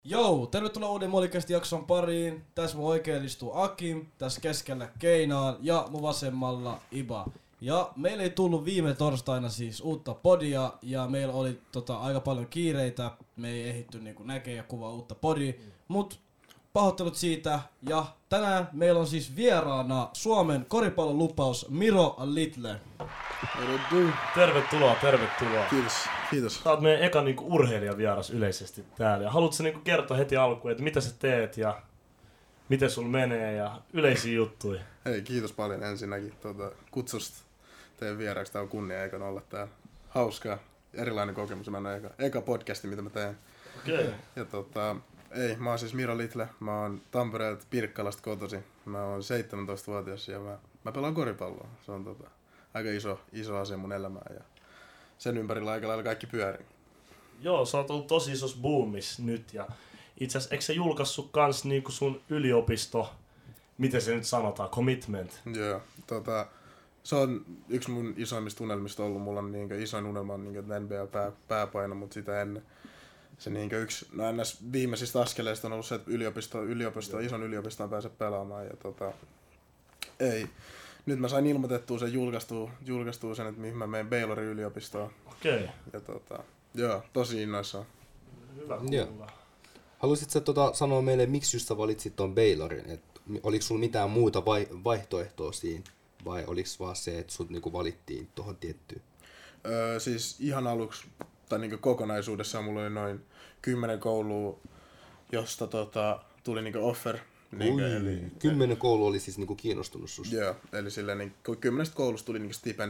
Jou, tervetuloa uuden Molikasti jakson pariin. Tässä mun oikein istuu Akim, tässä keskellä Keinaan ja mun vasemmalla Iba. Ja meillä ei tullut viime torstaina siis uutta podia ja meillä oli aika paljon kiireitä. Me ei ehditty näkee ja kuvaa uutta podia, mut pahoittelut siitä. Ja tänään meillä on siis vieraana Suomen koripallon lupaus Miro Little. Tervetuloa. Kiitos. Sä oot meidän eka urheilijavieras yleisesti täällä. Ja haluatko kertoa heti alkuun, että mitä sä teet ja miten sul menee ja yleisiä juttuja? Hei, kiitos paljon ensinnäkin kutsusta teidän vieraaksi. Tää on kunnia eikä olla täällä. Hauskaa, erilainen kokemus. Mä oon eka podcasti, mitä mä teen. Okei. Ja mä oon siis Miro Little. Mä oon Tampereelta Pirkkalasta kotosi. Mä oon 17-vuotias ja mä pelaan koripalloa. Se on aika iso asia mun elämään ja sen ympärillä aika lailla kaikki pyörii. Joo, sä oot ollut tosi isos boomissa nyt ja itse asiassa eikö sä julkaissut kans sun yliopisto, miten se nyt sanotaan, commitment? Joo, se on yksi mun isoimmista unelmista ollut. Mulla on isoin unelma on NBA pääpaino, mutta sitä ennen se yksi ns. Viimeisistä askeleista on ollut se, että ison yliopistoon pääse pelaamaan ja nyt mä sain ilmoitettua sen, julkaistua sen, että mihin mä menen Baylorin yliopistoon. Okei. Ja joo, tosi innoissaan. Hyvä kuulla. Haluaisitko sanoa meille, miksi just sä valitsit ton Baylorin? Et oliko sulla mitään muuta vaihtoehtoa siinä? Vai oliko vaan se, että sut valittiin tuohon tiettyyn? Siis ihan aluksi, tai kokonaisuudessaan mulla oli noin 10 koulua, josta tuli offer. Eli 10 koulua oli siis kiinnostunut susta. Joo, eli silleen 10 koulusta tuli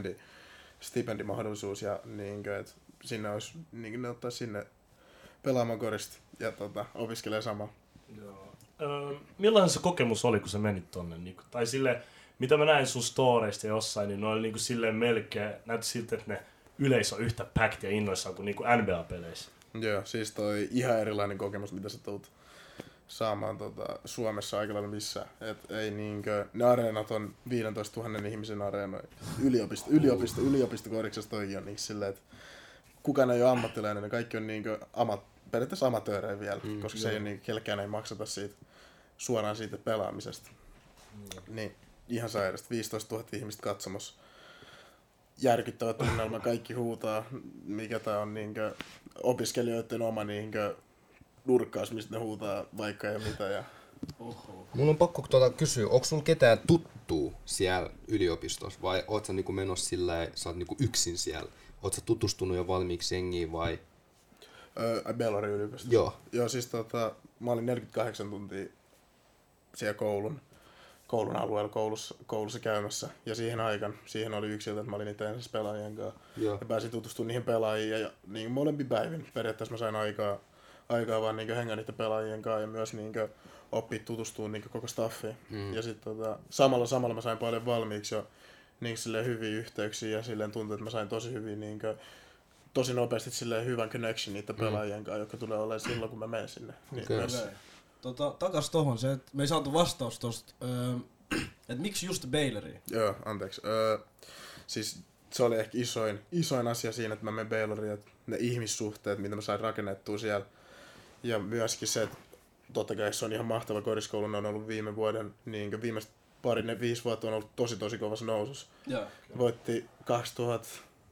stipendimahdollisuus ja että sinne olisi ne ottaa sinne pelaamaan korista ja opiskelee samaa. Joo. Millainen se kokemus oli, kun sä menit tonne? Tai silleen, mitä mä näin sun storeista jossain, niin ne oli silleen melkein, näytti siltä, että ne yleisö on yhtä packed ja innoissaan kuin NBA-peleissä. Joo, siis toi ihan erilainen kokemus, mitä sä tulet saamaan Suomessa aika lailla missään. Et ei ne areenat on 15 000 ihmisen areenoja. Yliopistokoriksessa toikin on silleen, että kukaan ei ole ammattilainen, ne kaikki on periaatteessa amatöörejä vielä, koska se ei ole kellekään ei maksata suoraan siitä pelaamisesta. Niin ihan sairasta, 15 000 ihmistä katsomassa. Järkyttävä tunnelma, kaikki huutaa, mikä tää on opiskelijoiden oma nurkkaus, mistä ne huutaa vaikka ja mitä. Ja Mun on pakko kysyä, onko sulla ketään tuttua siellä yliopistossa vai oot sä menossa sillä sä oot yksin siellä? Oot sä tutustunut jo valmiiksi jengiin vai? Baylorin yliopistossa? Joo. Joo, siis mä olin 48 tuntia siellä koulun alueella koulussa käymässä. Ja siihen oli yksi ilta, että mä olin itse ensin pelaajien kanssa. Joo. Ja pääsin tutustumaan niihin pelaajiin ja molemmin päivin. Periaatteessa mä sain aikaa vaan hengää niiden pelaajien kanssa ja myös oppia tutustumaan koko staffiin. Ja sitten samalla mä sain paljon valmiiksi jo hyviä yhteyksiä ja silleen tuntui, että mä sain tosi hyvin tosi nopeasti silleen hyvän connection niiden pelaajien kanssa, jotka tulee olemaan silloin, kun mä menen sinne. Takas tohon se, että me ei saatu vastaus tosta, että miksi just Baylori? Joo, anteeksi. Siis se oli ehkä isoin asia siinä, että mä menen Bayloriin, että ne ihmissuhteet, mitä mä sain rakennettua siellä. Ja myöskin se, että totta kai se on ihan mahtava koriskoulu, ne on ollut viime vuoden, viimeiset 5 vuotta on ollut tosi kovassa nousussa. Yeah. Voitti 2000,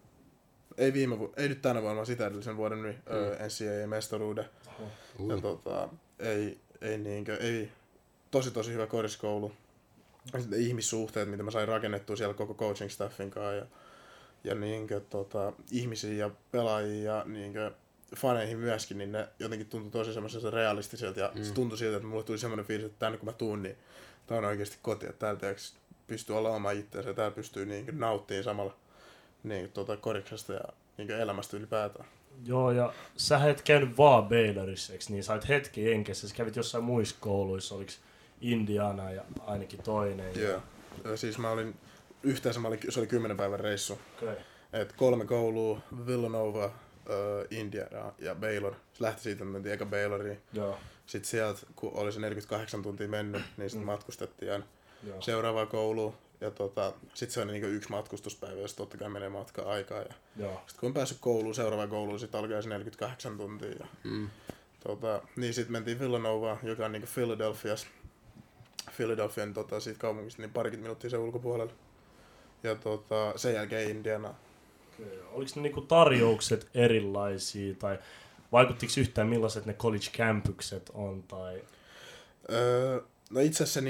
ei nyt tänä vuonna, vaan sitä edellisen vuoden NCAA-mestaruuden. Ja ei tosi hyvä koriskoulu. Ja sitten ihmissuhteet, mitä mä sain rakennettua siellä koko coaching staffin kanssa ja ihmisiä ja pelaajia ja faneihin myöskin, niin ne jotenkin tuntui tosi semmoiselta realistiselta ja se tuntui siltä, että mulle tuli semmoinen fiilis, että tänne kun mä tuun, niin tää on oikeasti koti, että täällä pystyy olla oma itseänsä ja täällä pystyy nauttimaan samalla koriksesta ja elämästä ylipäätään. Joo, ja sä et käynyt vaan Baylorissa, eikö niin? Sä olit hetki Jenkessä, sä kävit jossain muissa kouluissa, oliks Indiana ja ainakin toinen. Joo, ja siis yhteensä se oli 10 päivän reissu. Okay. Et 3 koulua, Villanova, Indiana ja Baylor. Se lähti siitä, että mentiin eka Bayloriin. Joo. Sitten sieltä, kun oli se 48 tuntia mennyt, niin sitten matkustettiin aina seuraavaan kouluun. Ja sitten se on yksi matkustuspäivä, jossa totta kai menee matkaa aikaa. Ja sitten kun on päässyt seuraavaan kouluun, sitten alkaa se 48 tuntia. Ja Niin sit mentiin Villanovaan, joka on niinku Philadelphian siitä kaupungista niin parikymmentä minuuttia sen ulkopuolella. Ja sen jälkeen Indiana. Oliko ne niinku tarjoukset erilaisia tai vaikuttiko yhtään millaiset ne college campukset on? Tai... No itse asiassa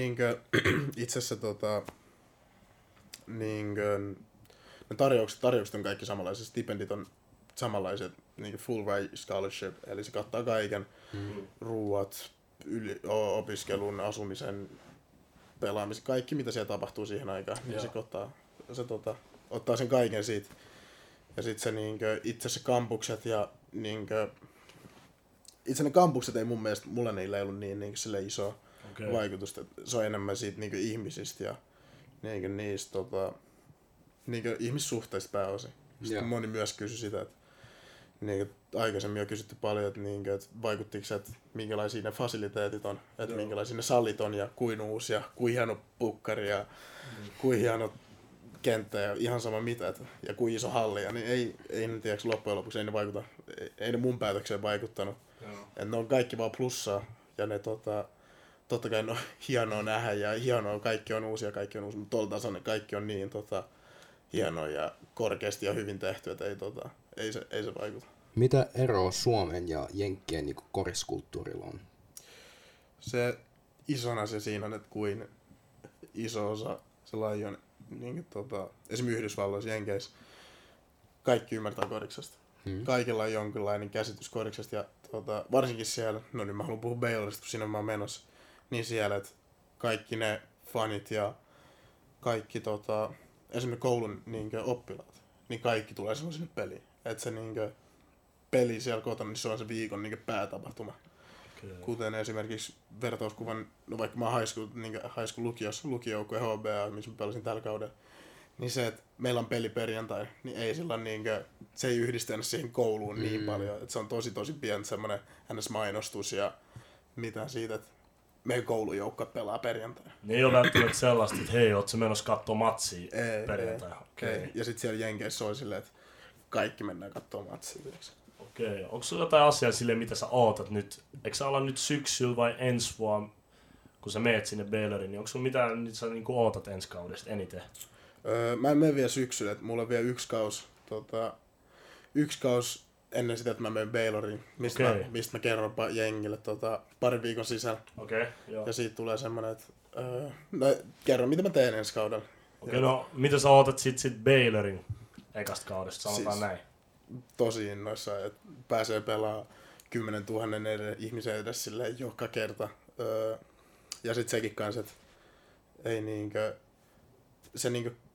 ne tarjoukset on kaikki samanlaiset, stipendit on samanlaiset, niinku full ride scholarship, eli se kattaa kaiken, ruuat, opiskelun, asumisen, pelaamisen, kaikki mitä siellä tapahtuu siihen aikaan, niin se ottaa sen kaiken siitä. Ja sit se itse se kampukset ja itse ne kampukset ei mun mielestä, mulla niillä ei ollut niin sille iso vaikutusta. Se on enemmän siitä ihmisistä ja niistä ihmissuhteista pääosin. Sitten moni myös kysyi sitä, että aikaisemmin on kysytty paljon, että vaikuttiko se, että minkälaisia ne fasiliteetit on, että minkälaisia ne sallit on ja kuin uusi ja kuin hieno pukkari ja kuin hieno kenttä ja ihan sama mitä ja kuin iso halli. Ja niin ei ne tiedäks loppujen lopuksi ei ne mun päätökseen vaikuttanut. Että ne on kaikki vaan plussaa ja ne totta kai ne on hienoa nähdä ja hienoa, kaikki on uusia, mutta tuolla tasolla kaikki on niin hienoa ja korkeasti ja hyvin tehty, että ei se vaikuta. Mitä eroa Suomen ja Jenkkien niin koriskulttuurilla on? Se isona se siinä on, että kuin iso osa se laji on, esimerkiksi Yhdysvalloissa, Jenkeissä, kaikki ymmärtää koriksesta. Kaikilla on jonkinlainen käsitys koriksesta ja varsinkin siellä, no nyt mä haluan puhua Baylorista, kun sinne mä oon menossa, niin siellä, että kaikki ne fanit ja kaikki esimerkiksi koulun oppilaat, niin kaikki tulee silloin sinne peliin. Että se peli siellä kotona, niin se on se viikon päätapahtuma. Okay. Kuten esimerkiksi vertauskuvan, no vaikka mä oon high school lukiojoukkueen HBA, missä mä pelasin tällä kaudella, niin se, että meillä on peli perjantai, niin ei silloin se ei yhdistänyt siihen kouluun niin paljon. Että se on tosi pieni semmoinen NS-mainostus ja mitään siitä, että meidän koulujoukko pelaa perjantai. Niin ei ole välttämättä sellaista, että hei, ootko sä menossa kattoo matsia perjantai? Ei. Ja sitten siellä Jenkeissä on silleen, että kaikki mennään kattoo matsia. Okei. Onko sulla jotain asiaa silleen, mitä sä ootat nyt? Eikö sä ala nyt syksyllä vai ensi vuonna, kun sä meet sinne Bayloriin, niin onko sulla mitään, nyt sä ootat ensi kaudesta eniten? Mä en mene vielä syksyllä, että mulla on vielä yksi kaus ennen sitä, että mä menen Bayloriin, mistä mä kerron jengille parin viikon sisällä. Joo. Ja siitä tulee semmonen, että kerron mitä mä teen ensi kaudella. No mitä sä ootat sit Baylorin ekasta kaudesta, sanotaan näin? Tosi innoissaan, että pääsee pelaamaan 10 000 ihmisen edes silleen joka kerta. Ja sit sekin kanssa, että ei se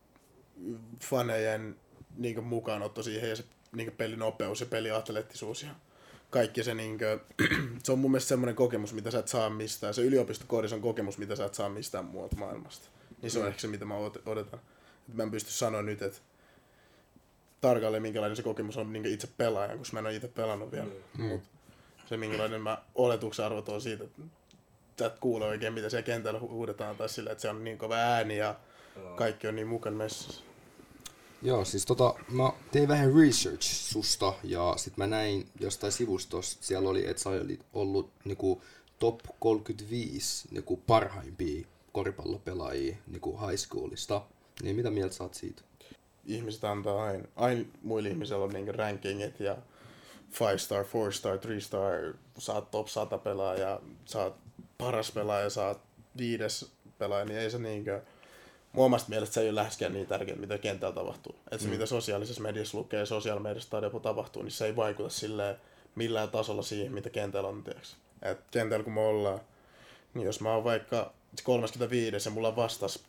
fanejen mukaanotto siihen ja se pelinopeus ja peliatleettisuus ja kaikki se se on mun mielestä semmoinen kokemus, mitä sä et saa mistään. Se yliopistokoodis on kokemus, mitä sä et saa mistään muualta maailmasta. Niin se on ehkä se, mitä mä odotan. Mä en pysty sanoa nyt, että tarkalleen minkälainen se kokemus on itse pelaajan, koska mä en ole itse pelannut vielä. Mut se minkälainen oletuksen arvot on siitä, että sä et kuule oikein mitä siellä kentällä huudetaan tai sillä, että se on niin kova ääni ja kaikki on niin mukana messissä. Joo, siis mä tein vähän research susta ja sit mä näin jostain sivustosta, siellä oli, että sä olit ollut top 35 parhaimpia koripallopelaajia high schoolista. Niin mitä mieltä sä oot siitä? Ihmiset antaa aina muilla ihmisillä on rankingit ja 5 star, 4 star, 3 star, sä oot top 100 pelaaja, sä oot paras pelaaja, sä oot 5. pelaaja, niin ei se mun omasta mielestä se ei ole läheskään niin tärkeää, mitä kentällä tapahtuu. Että se, mitä sosiaalisessa mediassa lukee ja sosiaalimediassa tapahtuu, niin se ei vaikuta silleen millään tasolla siihen, mitä kentällä on. Et kentällä kun me ollaan, niin jos mä oon vaikka 35 ja mulla on vastas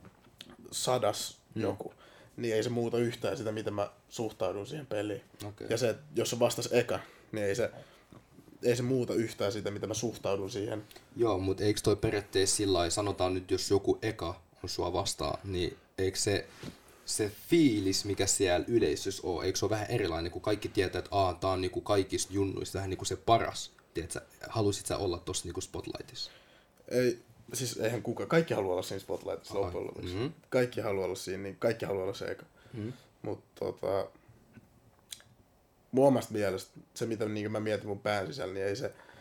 100 joku, niin ei se muuta yhtään sitä, miten mä suhtaudun siihen peliin. Okay. Ja se, jos on vastas eka, niin ei se muuta yhtään sitä, mitä mä suhtaudun siihen. Joo, mutta eikö toi periaatteessa sillä sanotaan nyt, jos joku eka on sua vastaan, niin eikö se fiilis, mikä siellä yleisössä on, eikö se ole vähän erilainen, kun kaikki tietää, että tää on kaikista junnuista vähän se paras. Tiedätkö, haluisit sä olla tossa spotlightissa? Ei, siis eihän kukaan. Kaikki haluaa olla siinä spotlightissa loppujen lopuksi. Kaikki haluaa olla siinä, niin kaikki haluaa olla se eka. Mutta mun omasta mielestä, se mitä mä mietin mun pään sisällä, niin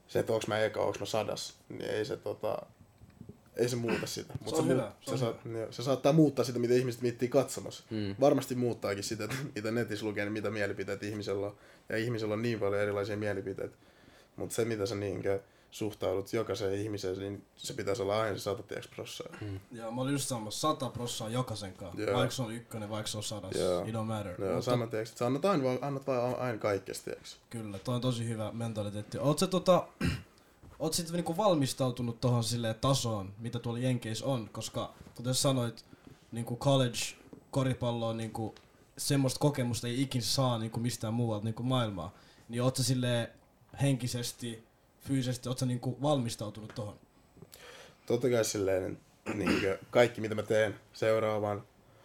se, että onko mä eka, onko mä 100, niin ei se muuta sitä. Se on hyvä. Se saattaa muuttaa sitä, mitä ihmiset miettii katsomassa. Varmasti muuttaakin sitä, että mitä netissä lukee, niin mitä mielipiteitä ihmisellä on. Ja ihmisellä on niin paljon erilaisia mielipiteitä. Mutta se, mitä sä niinkö suhtaudut jokaiseen ihmiseen, niin se pitäisi olla aina se 100%. Joo, mä olin just samassa 100% jokaisen kanssa. Joo. Vaikka se on 1, vaikka se on 100. It don't matter. Joo, Mutta, sama tiiäks, että sä annat vaan aina kaikkesta, tiiäks. kyllä, toi on tosi hyvä mentaliteetti. Oot sitten niinku valmistautunut tohon silleen tasoon, mitä tuolla Jenkeissä on, koska kuten sanoit, niinku college koripallo on niinku semmoista kokemusta ei ikinä saa niinku mistään muualta niinku maailmaa. Niin oot sä silleen henkisesti, fyysisesti, oot sä niinku valmistautunut tohon? Totta kai silleen, niinkö kaikki mitä mä teen seuraavan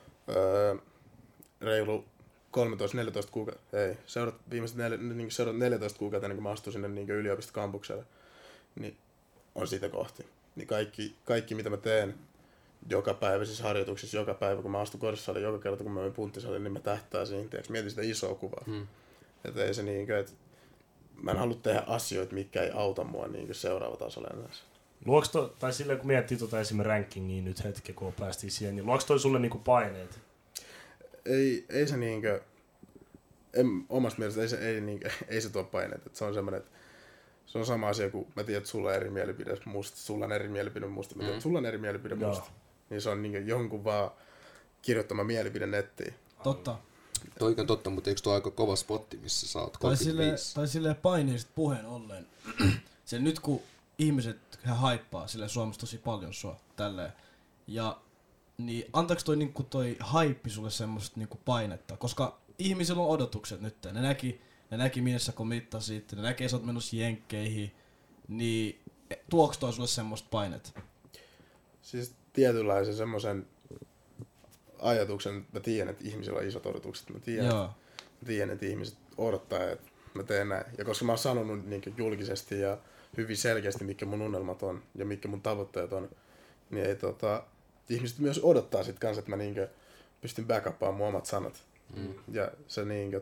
reilu 13-14 kuukautta, viimeiset 14 kuukautta ennen kuin mä astun sinne niinkö yliopistokampukselle, niin on sitä kohti. Niin kaikki mitä mä teen joka päivä, siis harjoituksissa joka päivä, kun mä astun korissaliin, joka kerta kun mä menen punttisaliin, niin mä tähtään siihen, mietin sitä isoa kuvaa. Että ei se niinkö, että mä en halua tehdä asioita, mitkä ei auta mua niinkö seuraava tasolle enää. Luoks tai silleen kun miettii esimerkiksi rankingia nyt hetken, kun päästiin siihen, niin luoks toi sulle niinku paineet? Ei se niinkö, omasta mielestä ei se tuo paineet. Että se on semmoinen, että se on sama asia kuin mä tiedän, että sulla on eri mielipide musta, sulla on eri mielipide musta, mä tiedän, että sulla on eri mielipide musta. Niin se on niinkö jonkun vaan kirjoittama mielipide nettiin. Totta. Toikin on totta, mutta eikö tuo aika kova spotti, missä sä oot 35? Tai silleen paineista puheen ollen. Se nyt kun ihmiset haippaa silleen Suomessa tosi paljon sua tälleen. Ja niin antaako toi haippi sulle semmoista niinku painetta? Koska ihmisillä on odotukset nyt. Ne näki minessä kun mittasit, ne näkee sä oot menossa jenkkeihin. Niin tuoks toi sulle semmoista painetta? Siis tietynlaisen semmoisen ajatuksen, mä tiedän, että ihmisillä on isot odotukset. Mä tiedän, että ihmiset odottaa, että mä teen näin. Ja koska mä oon sanonut niin julkisesti ja hyvin selkeästi, mitkä mun unelmat on ja mitkä mun tavoitteet on, niin ihmiset myös odottaa sit kanssa, että mä niinkö pystyn backuppaamaan mun omat sanat. Ja se niinkö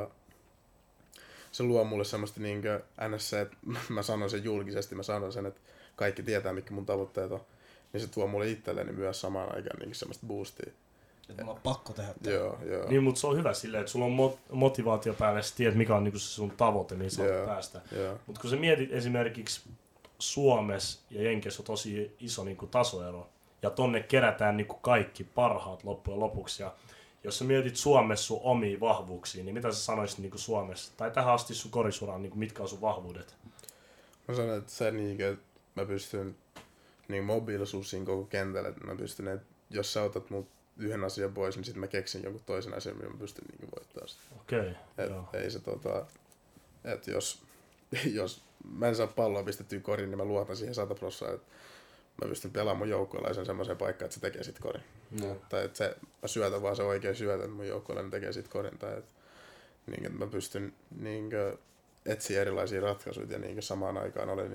se luo mulle semmoista niinkö ns. Se, että mä sanon sen julkisesti, mä sanon sen, että kaikki tietää, mitkä mun tavoitteet on. Niin se tuo mulle itselleni myös samaan aikaan niinkö semmoista boostia. Että mulla on pakko tehdä tämän. Joo. Niin, mutta se on hyvä silleen, että sulla on motivaatio päälle ja sä tiedät, mikä on niinku se sun tavoite, mihin sä päästä. Mutta kun sä mietit esimerkiksi Suomessa ja Jenkeissä on tosi iso niinku tasoero, ja tonne kerätään niinku kaikki parhaat loppujen lopuksi. Ja jos sä mietit Suomessa sun omia vahvuuksia, niin mitä sä sanoisit niinku Suomessa? Tai tähän asti sun korisuraan, niinku mitkä on sun vahvuudet? Mä sanon, että se että mä pystyn niin mobiilisuus siinä koko kentällä, että mä pystyn, että jos sä otat mut yhden asian pois, niin sit mä keksin jonkun toisen asian, millä mä pystyn niinku voittaa sitä. Okei, ei se että jos mä en saa palloa pistettyä koriin, niin mä luotan siihen 100%, että mä pystyn pelaamaan mun joukkueelaisen semmoiseen paikkaan, että se tekee sit korin. Tai että mä syötän vaan se oikein syötän, että mun joukkueelainen tekee sit korin. Tai että mä pystyn etsiä erilaisia ratkaisuja ja samaan aikaan olen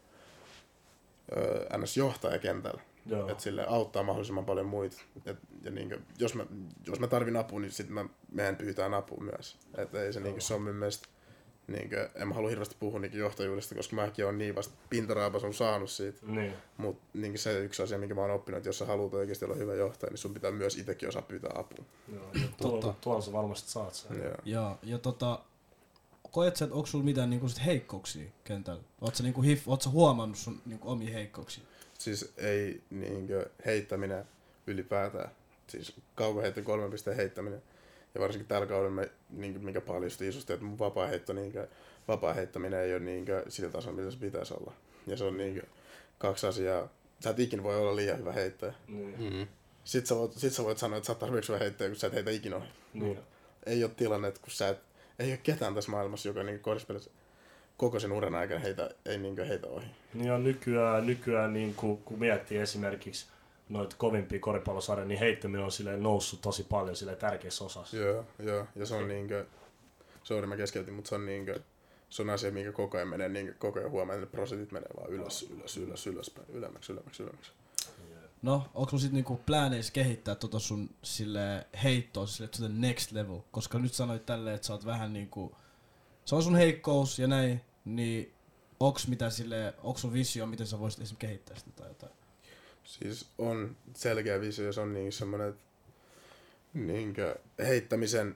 ns. Johtaja kentällä. Että sille auttaa mahdollisimman paljon muita. Ja jos mä tarvin apua, niin sit mehän pyytään apua myös. Että ei se se on mun mielestä en mä halua hirveästi puhua johtajuudesta, koska mäkin on niin vasta pintaraapasun saanut siitä. Niin. Mut se yksi asia, minkä mä oon oppinut, että jos sä haluat oikeasti olla hyvä johtaja, niin sun pitää myös itsekin osaa pyytää apua. Joo, tuolla sä varmasti saat sen. Ja koet sä, että onko sulla mitään niinku sit heikkouksia kentällä? Oot sä huomannut sun niinku omia heikkouksia? Siis ei heittäminen ylipäätään. Siis kaukoheitto 3 pisteen heittäminen. Ja varsinkin tällä kaudella mikä paljastui isosti, että mun vapaa heittäminen ei ole sillä tasolla, mitä se pitäisi olla. Ja se on 2 asiaa. Sä et ikinä voi olla liian hyvä heittäjä. Sitten sä voit sanoa, että sä oot tarpeeksi hyvä heittäjä, kun sä et heitä ikinä ohi. Ei ole tilanne, kun ei ole ketään tässä maailmassa, joka korispelissä koko sen uran aikana heitä ohi. Ja nykyään kun miettii esimerkiksi noita kovimpia koripallosarjoja, niin heittäminen on silleen noussut tosi paljon silleen tärkeässä osassa. Joo. Ja se on sorry mä keskeytin, mutta se on asia, minkä koko ajan menee, koko ajan huomaa, että ne prosentit menee vaan ylöspäin, ylemmäksi. No, onko sun sit niinku plääneis kehittää sun sille heittoa sille to the next level? Koska nyt sanoit tälleen, että sä oot vähän niinku, se on sun heikkous ja näin, niin onks sun visio, miten sä voisit esimerkiksi kehittää sitä tai jotain? Siis on selkeä visio, jos on niin semmoinen niinkö heittämisen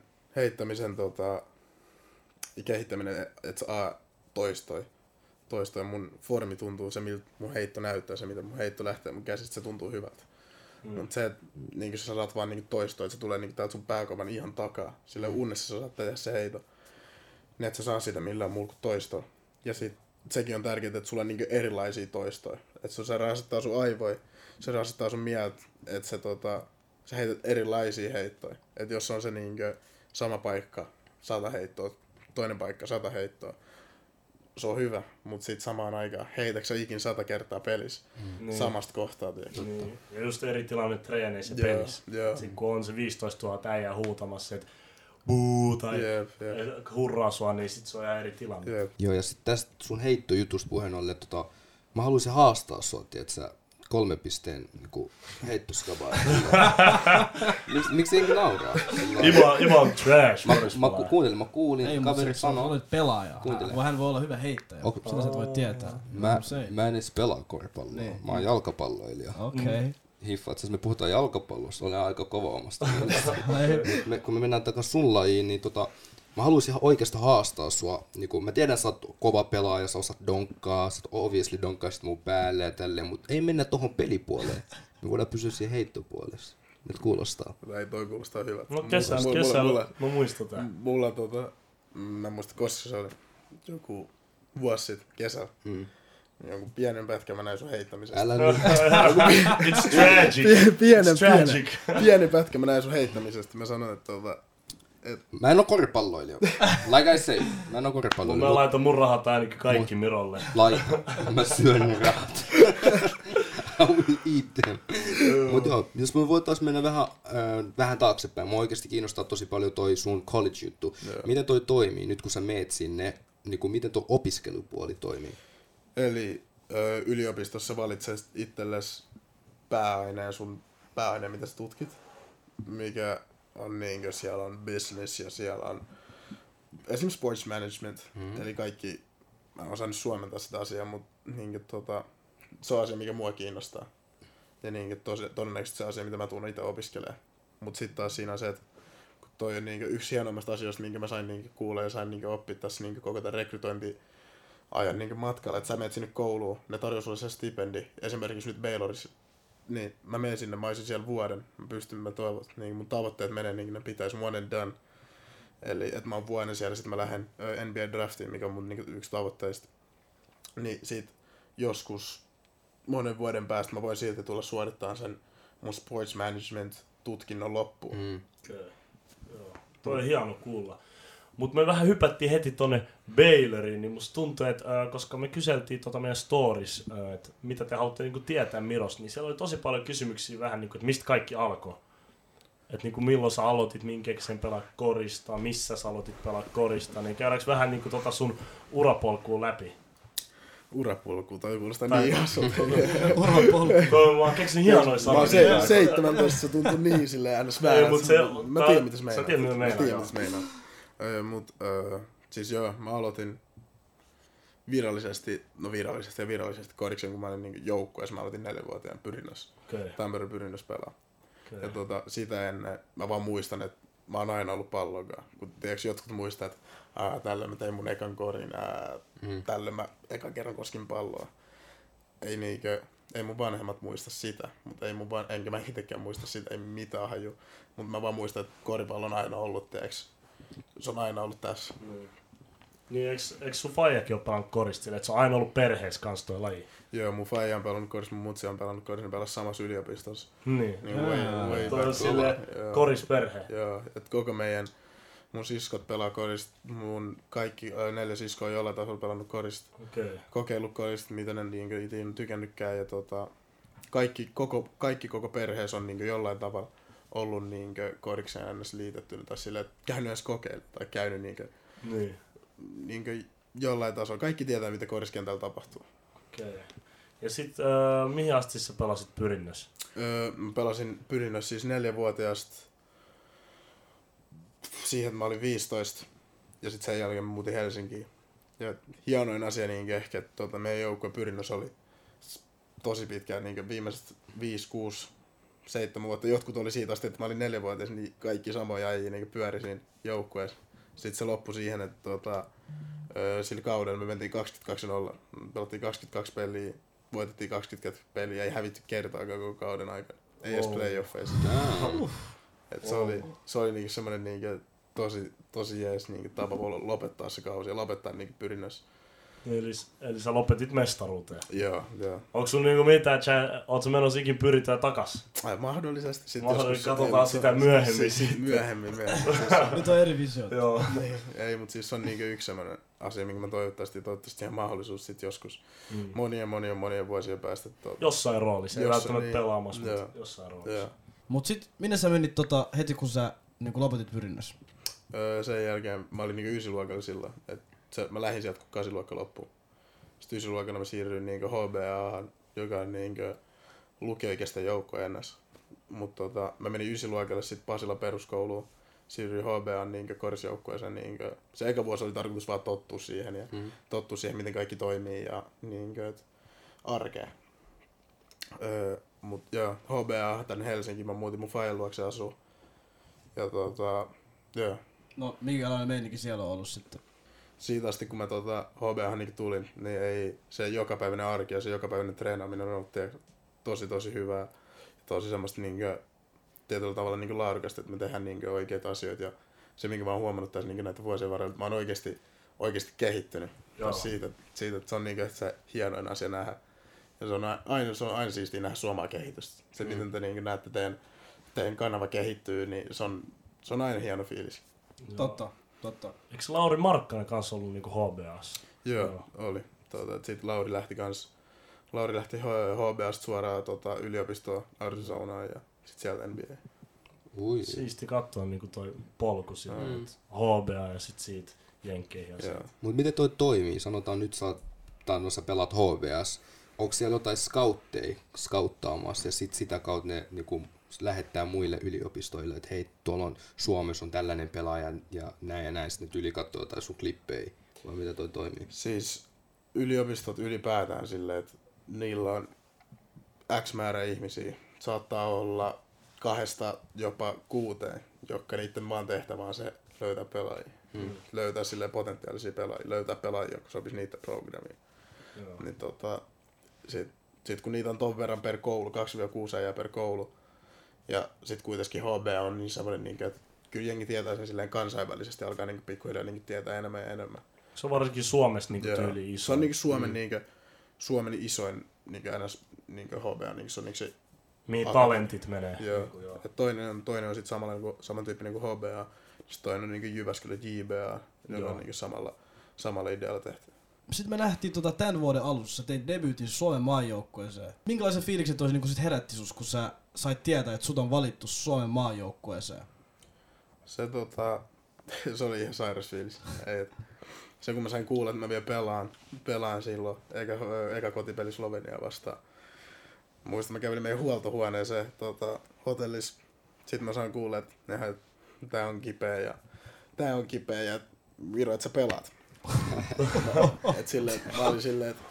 kehittäminen, että saa toistoi. Mun formi tuntuu se, miltä mun heitto näyttää, se mitä mun heitto lähtee mun käsistä, se tuntuu hyvältä. Mutta se, että niin sä saat vaan niin toistoa, että se tulee niin täältä sun pääkovan ihan takaa. Sillä unessa sä saat tehdä se heito. Niin et sä saa sitä millään muulla kuin toistoa. Ja sit sekin on tärkeää, että sulla on niin erilaisia toistoja. Että se rasittaa sun aivoja, se rasittaa sun mieltä, että sä heität erilaisia heittoja. Että jos on se niin sama paikka, 100 heittoa, toinen paikka, 100 heittoa, se on hyvä, mutta sitten samaan aikaan heitätkö sä ikin 100 kertaa pelissä samasta kohtaa, tiedätkö? Niin. Ja just eri tilanne treeneissä ja pelissä. Sitten kun on se 15 000 äijää huutamassa, että buu tai hurraa sua, niin sit se on ihan eri tilanne. Joo, ja sitten tästä sun heittojutusta puheen ollen, mä haluaisin haastaa sua, tietsä, 3 pisteen niinku heittoskabaa. Miksi enkin nauraa? Ima on trash. Mä kuulin, ei, kaveri sanoo. Olet pelaaja. Hän voi olla hyvä heittäjä. Sitä sä voit tietää. Mä en edes pelaa koripalloa. Niin. Mä oon jalkapalloilija. Okei. Hiffaat, jos me puhutaan jalkapallosta, olen aika kova omasta mielestä. Kun me mennään takaisin sun lajiin, niin mä haluaisin oikeastaan haastaa sua. Niin mä tiedän, että sä oot kova pelaaja, sä osaat donkkaa, sä obviously donkkaisit mun päälle ja tälleen, mutta ei mennä tohon pelipuoleen. Me voidaan pysyä siihen heittopuolessa. Nyt kuulostaa. Ei toi kuulostaa hyvältä. No kesällä, mä muistan tää. Mulla mä en muista koska se oli joku vuosi sitten kesällä. Jonkun pienen pätkän mä näin sun heittämisestä. Älä nyt. It's tragic. Pienen pätkän mä näin sun heittämisestä. Mä sanoin, että Mä en oo koripalloilija. Like I say, mä en oo koripalloilija. Mä laitan mun rahat ainakin kaikki Mirolle. Mä syön ne rahat. I will eat them. Mut joo, jos me voitais mennä vähän taaksepäin. Mua oikeesti kiinnostaa tosi paljon toi sun college-juttu. Miten toi toimii nyt kun sä meet sinne? Niin miten tuo opiskelupuoli toimii? Eli yliopistossa valitset itsellesi pääaine, mitä sä tutkit. Mikä on niinkö, siellä on business ja siellä on esimerkiksi sports management. Eli kaikki, mä en osannut suomentaa sitä asiaa, mutta niinkö se on asia, mikä mua kiinnostaa. Ja niinkö todennäköisesti se asia, mitä mä tuun itse opiskelemaan. Mut sit taas siinä on se, että kun toi on niinkö yksi hienoimmasta asioista, minkä mä sain niinkö kuulla ja sain niinkö oppia tässä niinkö koko tämän rekrytointiajan niinkö matkalla. Että sä menet sinne kouluun, ne tarjoaa sulle se stipendi. Esimerkiksi nyt Baylorissa. Niin, mä menen sinne, mä olisin siellä vuoden. Niin mun tavoitteet menee niin kuin ne pitäisi, one and done. Eli että mä oon vuoden siellä, sit mä lähden NBA-draftiin, mikä on mun niin yksi tavoitteista. Niin sit joskus monen vuoden päästä mä voin silti tulla suorittamaan sen mun sports management tutkinnon loppuun. Okay. Joo. Toi on hieno kuulla. Mutta me vähän hypättiin heti tonne Bayloriin, niin musta tuntuu, että koska me kyseltiin meidän stories, että mitä te haluatte niinku tietää Mirosta, niin siellä oli tosi paljon kysymyksiä vähän niinku, että mistä kaikki alkoi. Että niinku milloin sä aloitit, minkä sen pelaa korista, missä sä aloitit pelaa korista, niin käydäänkö vähän niinku sun urapolkuun läpi? Urapolku, toi kuulostaa niin hassulta. Urapolku. Mä oon keksinyt hienoja sanoja. Mä oon 17, se tuntuu niin silleen ns. Väärä. Mä tiedän mitä se meinaa. Sä tiedät mitä se meinaa. Siis joo, mä aloitin virallisesti koriksen, kun mä olin niin joukkueessa. Mä aloitin 4-vuotiaan Pyrinnössä. Tampereen Pyrinnössä pelaa. Ja sitä ennen mä vaan muistan, että mä oon aina ollut pallonkaan. Kun tiedätkö, jotkut muistaa, että tällä mä tein mun ekan korin, tällä mä ekan kerran koskin palloa. Ei mun vanhemmat muista sitä, mutta enkä mä itsekään muista sitä, ei mitään haju. Mutta mä vaan muistan, että koripallo on aina ollut, tiedätkö. Se on aina ollut tässä. Niin, eikö sun faijakin ole pelannut korista sille, että se on aina ollut perheessä kanssa toi laji? Joo, mun faija on pelannut korista, mun mutsi on pelannut korista, ne pelas samassa yliopistossa. Niin. Toi on silleen korisperhe. Joo, että koko mun siskot pelaa korista, mun kaikki 4 siskoa on jollain tasolla pelannut korista. Kokeillut korista, mitä ne itse on tykännytkään. Ja kaikki koko perheessä on jollain tavalla ollut korikseen ennäs liitettynä tai silleen, että käynyt edes kokeilla tai käynyt jollain tasolla. Kaikki tietää, mitä koriskentällä tapahtuu. Okei. Ja sit mihin asti sä pelasit Pyrinnössä? Mä pelasin Pyrinnössä siis 4-vuotiaasta siihen, että mä olin 15. Ja sit sen jälkeen mä muutin Helsinkiin. Ja hienoin asia niin ehkä, että meidän joukkueen pyrinnössä oli tosi pitkään, niin viimeiset 5, 6, 7 vuotta. Jotkut oli siitä asti, että mä olin 4-vuotias, niin kaikki samoja äijä niin pyöri siinä joukkueessa. Sitten se loppui siihen, että sillä kaudella me mentiin 22-0. Pelattiin 22 peliä, voitettiin 20 peliä, ei hävitty kertaakaan koko kauden aikana. Ei edes playoffeissa. Et se oli niinku semmoinen niinku tosi jees niinku tapa lopettaa se kausi ja lopettaa niinku pyrinnössä. Eli sä lopetit mestaruuteen. Joo. Onko sun niinku mitään, ootko menossa ikin pyritään takas? Mahdollisesti. Mahdollisesti katsotaan sitä myöhemmin. Myöhemmin. Nyt on eri visiot. Joo. Ei, mutta siis se on niinku yksi semmoinen asia, minkä mä toivottavasti ihan mahdollisuus sit joskus monien vuosien päästä. Jossain roolissa, ei välttämättä pelaamassa, mutta jossain roolissa. Mut sit, minne sä menit heti kun sä niinku lopetit pyrinnössä? Sen jälkeen mä olin niinku 9-luokalla silloin, mä lähdin sieltä kun 8-luokka loppui. Sitten 9-luokalla mä siirryin niinku HBA:han, joka on niinku lukioikäisten joukko ennäs. Mutta mä menin 9-luokalle sit Pasilan peruskouluun. Siirryin HBA:n niinku korisjoukkueeseen. Niinku. Se eka vuosi oli tarkoitus vaan tottua siihen ja tottua siihen, miten kaikki toimii ja niinku, arkea. Mut joo, HBA tänne Helsinkiin, mä muutin mun faijan luokse asuu. Ja joo. No, minkälainen meininki siellä on ollut sitten? Siitä asti kun mä HBA:han niinku tulin, niin ei se jokapäiväinen arki ja se jokapäiväinen treenaaminen on ollut tosi hyvää. Tosi semmoista niinku tietyllä tavalla niinku laadukasta, että me tehdään niinku oikeita asioita. Ja se minkä mä oon huomannut tässä niinku näitä vuosien varrella, että mä oon oikeesti kehittynyt. Siitä, että se on niinku se hienoin asia nähdä. Ja se on aina siistiä nähdä suomaa kehitystä. Se miten te niinku näette teidän kanava kehittyy, niin se on aina hieno fiilis. Totta. Eikö Lauri Markkanen kanssa ollut niinku HBA:ssa? Joo. Oli. Sitten Lauri lähti HBA:sta suoraan yliopistoon Arizonaan ja sit sieltä NBA. Ui. Siisti katsoa niinku toi polku silleen, HBA ja sit siitä jenkkeihin. Mut miten toi toimii? Sanotaan nyt sä pelaat HBA:ssa. Onko siellä jotain scoutteja scouttaamassa ja sit sitä kautta ne niinku lähettää muille yliopistoille, että hei, tuolla on Suomessa on tällainen pelaaja ja näin, sitten ne yli katsoo jotain sun klippejä, vai mitä toi toimii? Siis yliopistot ylipäätään silleen, että niillä on X määrä ihmisiä, saattaa olla 2 jopa 6, jotka niiden vaan tehtävä on se löytää pelaajia. Löytää silleen potentiaalisia pelaajia, löytää pelaajia, jotka sopisi niitä programiin. Niin sit kun niitä on ton verran per koulu, 2-6 äijää per koulu, ja sit kuitenkin HB on niin semmoinen, että kyllä jengi tietää sen silleen kansainvälisesti, alkaa niinku pikkuhiljaa niinku tietää enemmän ja enemmän. Se on varsinkin Suomessa niinku tyyli iso. Se on niinku Suomen isoin niinku ns niinku HB, niinku se on niinku se mihin talentit menee. Joo. Ja toinen on sit samantyyppinen kuin HBA, sit toinen on niinku Jyväskylä JBA, joka on niinku samalla idealla tehty. Sitten me nähtiin tämän vuoden alussa, teit debyytin Suomen maajoukkueeseen. Minkälaisen fiiliksen toi niinku sit herätti sus, kun sä sait tietää, että sut on valittu Suomen maajoukkueeseen? Se oli ihan sairas fiilis. Se kun mä sain kuulla, että mä vielä pelaan silloin, eka kotipeli Sloveniaa vastaan. Muistan, mä kävelin meidän huoltohuoneeseen hotellissa. Sitten mä sain kuulla, että tää on kipeä ja Viro, että sä pelaat. Mä olin silleen, että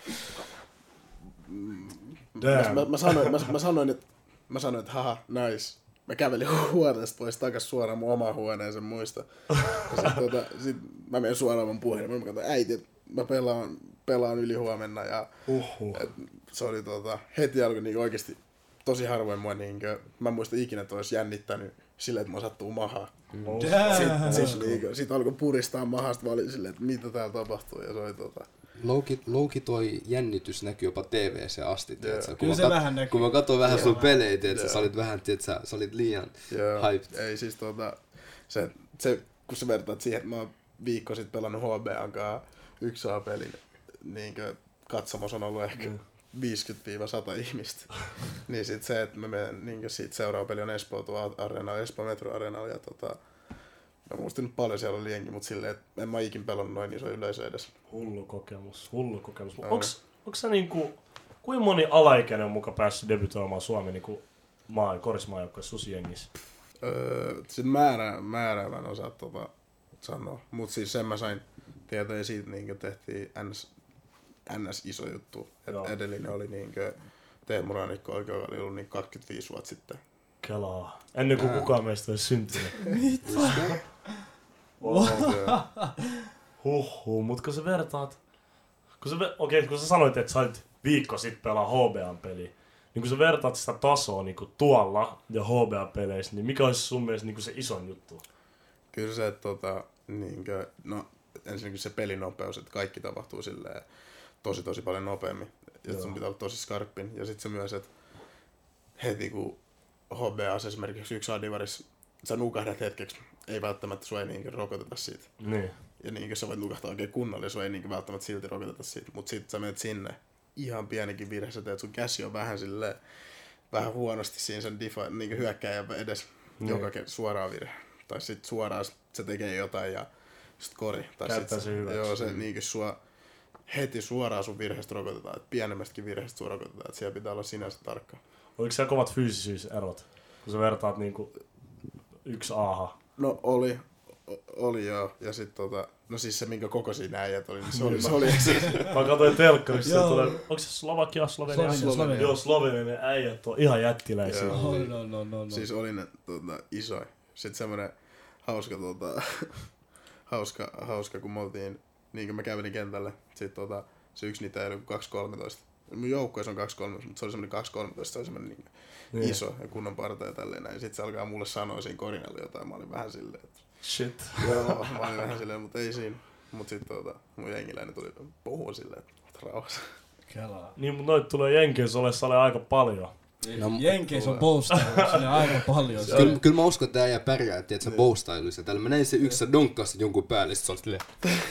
mä sanoin, että haha, nice. Mä kävelin huoneesta pois takas suoraan mun omaan huoneeseen muista. Ja sit mä menen suoraan mun puhelimeen. Mä katsoin, äiti, että mä pelaan yli huomenna. Ja se oli heti alkoi niinku oikeesti tosi harvoin mua niinku, mä en muista ikinä, että olisi jännittänyt silleen, että mua sattuu mahaan. Sitten alkoi puristaa mahasta, mä olin silleen, että mitä täällä tapahtuu. Ja se oli Louki toi jännitys näkyy jopa TV:ssä asti. Kyllä se vähän näkyy. Kun mä katsoin vähän sun pelejä, sä olit vähän, sä olit liian hyped. Ei siis se kun sä vertaat siihen, että mä oon viikko sitten pelannut HBA:n kanssa 1A-pelin, niin katsomus on ollut ehkä 50-100 ihmistä. Niin sit se, että mä menen, niin siitä seuraava peli on Espoo Espoo Metro Areenalla ja mä muistin nyt paljon siellä oli jengi, mutta silleen, että en mä ikin pelannut noin iso yleisö edes. Hullu kokemus. Onks sä niinku, kuinka moni alaikäinen on muka päässyt debytoimaan Suomen niinku korismaajoukkojen susijengissä? Sit määrää mä en osaa sanoa, mut siis sen mä sain tietoja siitä niinkö tehtiin NS iso juttu. Et edellinen oli niinkö Teemu Rannikko, joka oli ollut niin 25 vuotta sitten. Kelaa. Ennen kuin kukaan meistä olisi syntynyt. Mitä? Huhhuh, mut kun sä vertaat... kun sä sanoit, että sä olit viikko sitten pelaa HBA-peliä, niin kun sä vertaat sitä tasoa niin tuolla ja HBA-peleissä, niin mikä olisi sun mielestä niin se isoin juttu? Kyllä se, että niinkö, no ensinnäkin se pelinopeus, että kaikki tapahtuu silleen tosi paljon nopeammin. Ja sun pitää olla tosi skarppin. Ja sitten se myös, että heti kun HBA:ssa esimerkiksi yksi adivaris, sä nukahdat hetkeksi, ei välttämättä sua ei niinkö rokoteta siitä. Niin. Ja niinkö sä voit nukahtaa oikein kunnolla, ja sua ei niinkö välttämättä silti rokoteta siitä. Mut sit sä menet sinne, ihan pienikin virhe, sä teet sun käsi on vähän silleen, vähän huonosti siinä sen niinkö hyökkääjän edes joka suoraan virhe. Tai sit suoraan se tekee jotain ja sit kori. Tai käyttää sit se hyväksi. Joo, se niinkö sua heti suoraan sun virheestä rokotetaan. Et pienemmästäkin virheestä sua rokotetaan. Et siellä pitää olla sinänsä tarkka. Oliko siellä kovat fyysisyyserot, kun sä vertaat niinku yksi aaha? No oli joo. Ja sit no siis se minkä kokoisia nää äijät oli, niin se oli Mä katsoin telkkarissa, että tulee, onko se Slovakia, Slovenia? Slovenia. Joo, Slovenia, ne äijät on ihan jättiläisiä. Joo. No. Siis oli ne isoja. Sitten semmonen hauska kun me oltiin, niinkö mä kävelin kentälle. Sit se yksi niitä ei ollut 2.13. Mun joukkueessa on 2.13, mutta se oli semmonen 2.13, se oli semmonen iso ja kunnon parta ja tälleen näin. Sit se alkaa mulle sanoa siinä korinalla jotain, mä olin vähän silleen, että Shit. joo, mä olin vähän silleen, mutta ei siinä. Mut sit mun jengiläinen tuli puhua silleen, että oot rauhassa. Kelaa. Niin, mutta noit tulee Jenkeissä ole aika paljon. No, Jenkeissä on boostailu, se aika paljon. Kyllä mä uskon, että tää äijä pärjää, että se boostailuissa. Täällä menee se yksi, sä donkkasit jonkun päälle, sit se on silleen.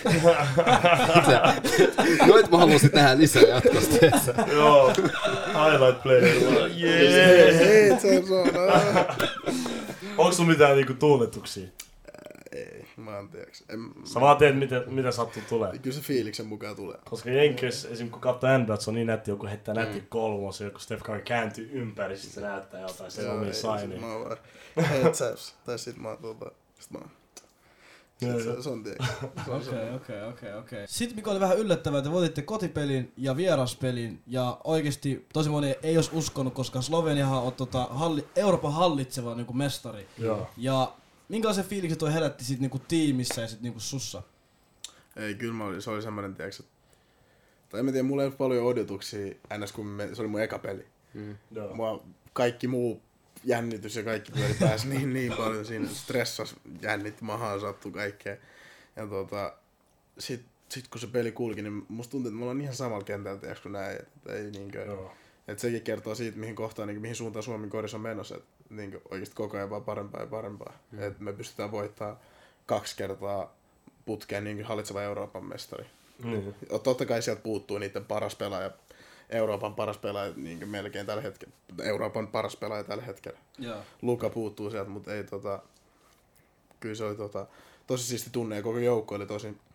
Noit mä haluaisin tehdä lisää jatkosta. Joo, highlight player. Ei, se on. Onko sulla mitään niinku tuuletuksia? Ei, mä en tiedä. Sä vaan teet mitä sattuu tulee. Kyllä se fiiliksen mukaan tulee. Koska Jenkeissä esimerkiksi kun katsoo NBA, se on niin nätti, joku heittää nätti kolmosen, joku Steph Curry kääntyy ympäri, sit se näyttää jotain sen omiin sainiin. Mä oon vaan headsaps. Tai sit mä oon se on tiedä. Okei. Sitten mikä oli vähän yllättävää, että voititte kotipelin ja vieraspelin ja oikeesti tosi moni ei olisi uskonut, koska Sloveniahan on Euroopan hallitseva niinku mestari. Joo. Ja minkälaisen fiiliksen toi herätti sit niinku tiimissä ja sit niinku sussa? Ei, kyllä se oli semmonen, tiiäks, tai en mä tiedä, mulla ei ollut paljon odotuksia ns. Kun se oli mun eka peli. Joo. Mua kaikki muu jännitys ja kaikki pyöri päässä niin paljon siinä, stressas, jännitti, mahaan sattui kaikkea. Ja sit kun se peli kulki, niin musta tuntuu, että me ollaan ihan samalla kentällä, tiiäks, kun näin. Ei niinkö, että sekin kertoo siitä, mihin kohtaan, niin mihin suuntaan Suomen korissa on menossa. Että niin oikeasti koko ajan vaan parempaa ja parempaa. Että me pystytään voittamaan 2 kertaa putkeen niin hallitseva Euroopan mestari. Totta kai sieltä puuttuu niiden paras pelaaja, Euroopan paras pelaaja niin melkein tällä hetkellä. Euroopan paras pelaaja tällä hetkellä. Yeah. Luka puuttuu sieltä, mutta ei kyllä se oli tosi siisti tunne ja koko joukko oli